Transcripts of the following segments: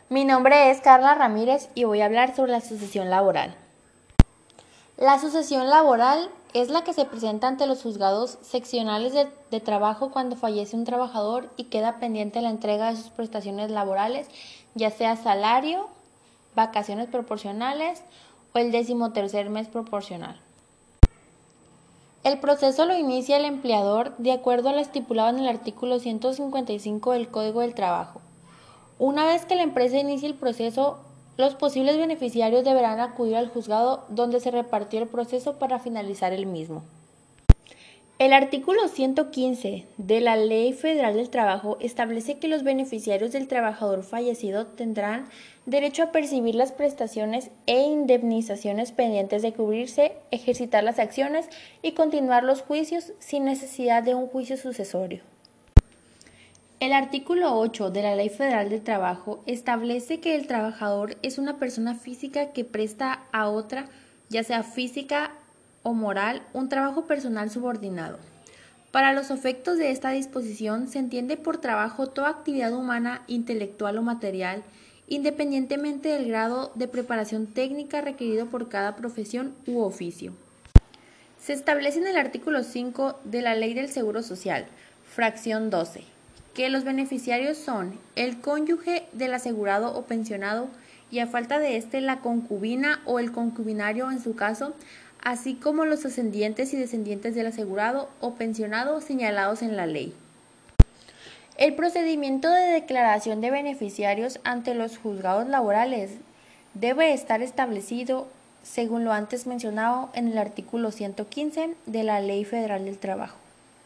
Mi nombre es Carla Ramírez y voy a hablar sobre la sucesión laboral. La sucesión laboral es la que se presenta ante los juzgados seccionales de trabajo cuando fallece un trabajador y queda pendiente la entrega de sus prestaciones laborales, ya sea salario, vacaciones proporcionales o el 13º mes proporcional. El proceso lo inicia el empleador de acuerdo a lo estipulado en el artículo 155 del Código del Trabajo. Una vez que la empresa inicie el proceso, los posibles beneficiarios deberán acudir al juzgado donde se repartió el proceso para finalizar el mismo. El artículo 115 de la Ley Federal del Trabajo establece que los beneficiarios del trabajador fallecido tendrán derecho a percibir las prestaciones e indemnizaciones pendientes de cubrirse, ejercitar las acciones y continuar los juicios sin necesidad de un juicio sucesorio. El artículo 8 de la Ley Federal del Trabajo establece que el trabajador es una persona física que presta a otra, ya sea física o moral, un trabajo personal subordinado. Para los efectos de esta disposición se entiende por trabajo toda actividad humana, intelectual o material, independientemente del grado de preparación técnica requerido por cada profesión u oficio. Se establece en el artículo 5 de la Ley del Seguro Social, fracción 12, que los beneficiarios son el cónyuge del asegurado o pensionado y a falta de éste la concubina o el concubinario en su caso, así como los ascendientes y descendientes del asegurado o pensionado señalados en la ley. El procedimiento de declaración de beneficiarios ante los juzgados laborales debe estar establecido según lo antes mencionado en el artículo 115 de la Ley Federal del Trabajo.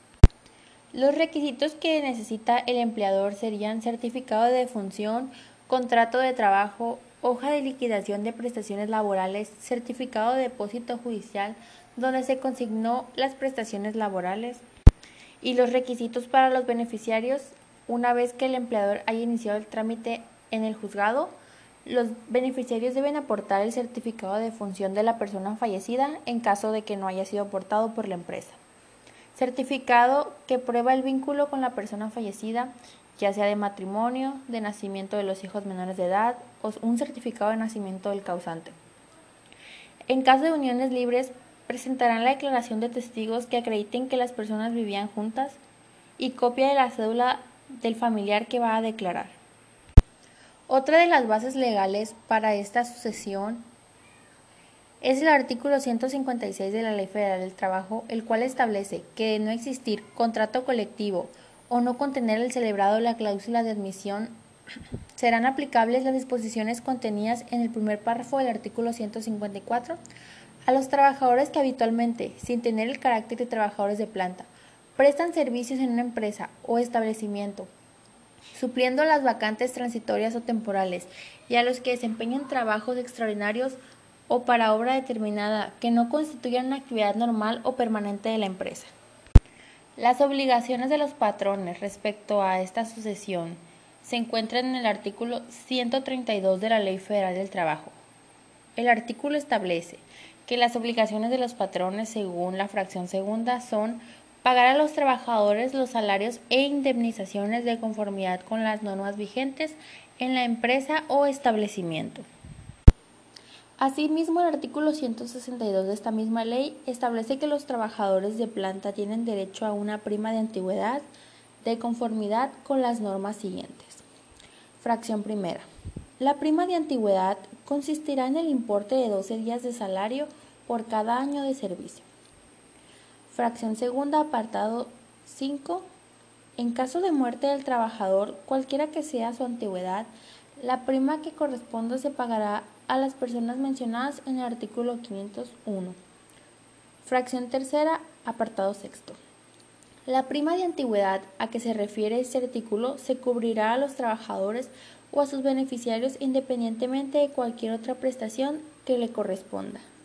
Los requisitos que necesita el empleador serían certificado de defunción, contrato de trabajo, hoja de liquidación de prestaciones laborales, certificado de depósito judicial donde se consignó las prestaciones laborales y los requisitos para los beneficiarios. Una vez que el empleador haya iniciado el trámite en el juzgado, los beneficiarios deben aportar el certificado de defunción de la persona fallecida en caso de que no haya sido aportado por la empresa. Certificado que prueba el vínculo con la persona fallecida, ya sea de matrimonio, de nacimiento de los hijos menores de edad o un certificado de nacimiento del causante. En caso de uniones libres, presentarán la declaración de testigos que acrediten que las personas vivían juntas y copia de la cédula del familiar que va a declarar. Otra de las bases legales para esta sucesión es el artículo 156 de la Ley Federal del Trabajo, el cual establece que de no existir contrato colectivo o no contener el celebrado la cláusula de admisión, serán aplicables las disposiciones contenidas en el primer párrafo del artículo 154 a los trabajadores que habitualmente, sin tener el carácter de trabajadores de planta, prestan servicios en una empresa o establecimiento, supliendo las vacantes transitorias o temporales, y a los que desempeñan trabajos extraordinarios o para obra determinada que no constituyan una actividad normal o permanente de la empresa. Las obligaciones de los patrones respecto a esta sucesión se encuentran en el artículo 132 de la Ley Federal del Trabajo. El artículo establece que las obligaciones de los patrones según la fracción segunda son pagar a los trabajadores los salarios e indemnizaciones de conformidad con las normas vigentes en la empresa o establecimiento. Asimismo, el artículo 162 de esta misma ley establece que los trabajadores de planta tienen derecho a una prima de antigüedad de conformidad con las normas siguientes. Fracción primera. La prima de antigüedad consistirá en el importe de 12 días de salario por cada año de servicio. Fracción segunda, apartado 5. En caso de muerte del trabajador, cualquiera que sea su antigüedad, la prima que corresponda se pagará a las personas mencionadas en el artículo 501. Fracción tercera, apartado 6. La prima de antigüedad a que se refiere este artículo se cubrirá a los trabajadores o a sus beneficiarios independientemente de cualquier otra prestación que le corresponda.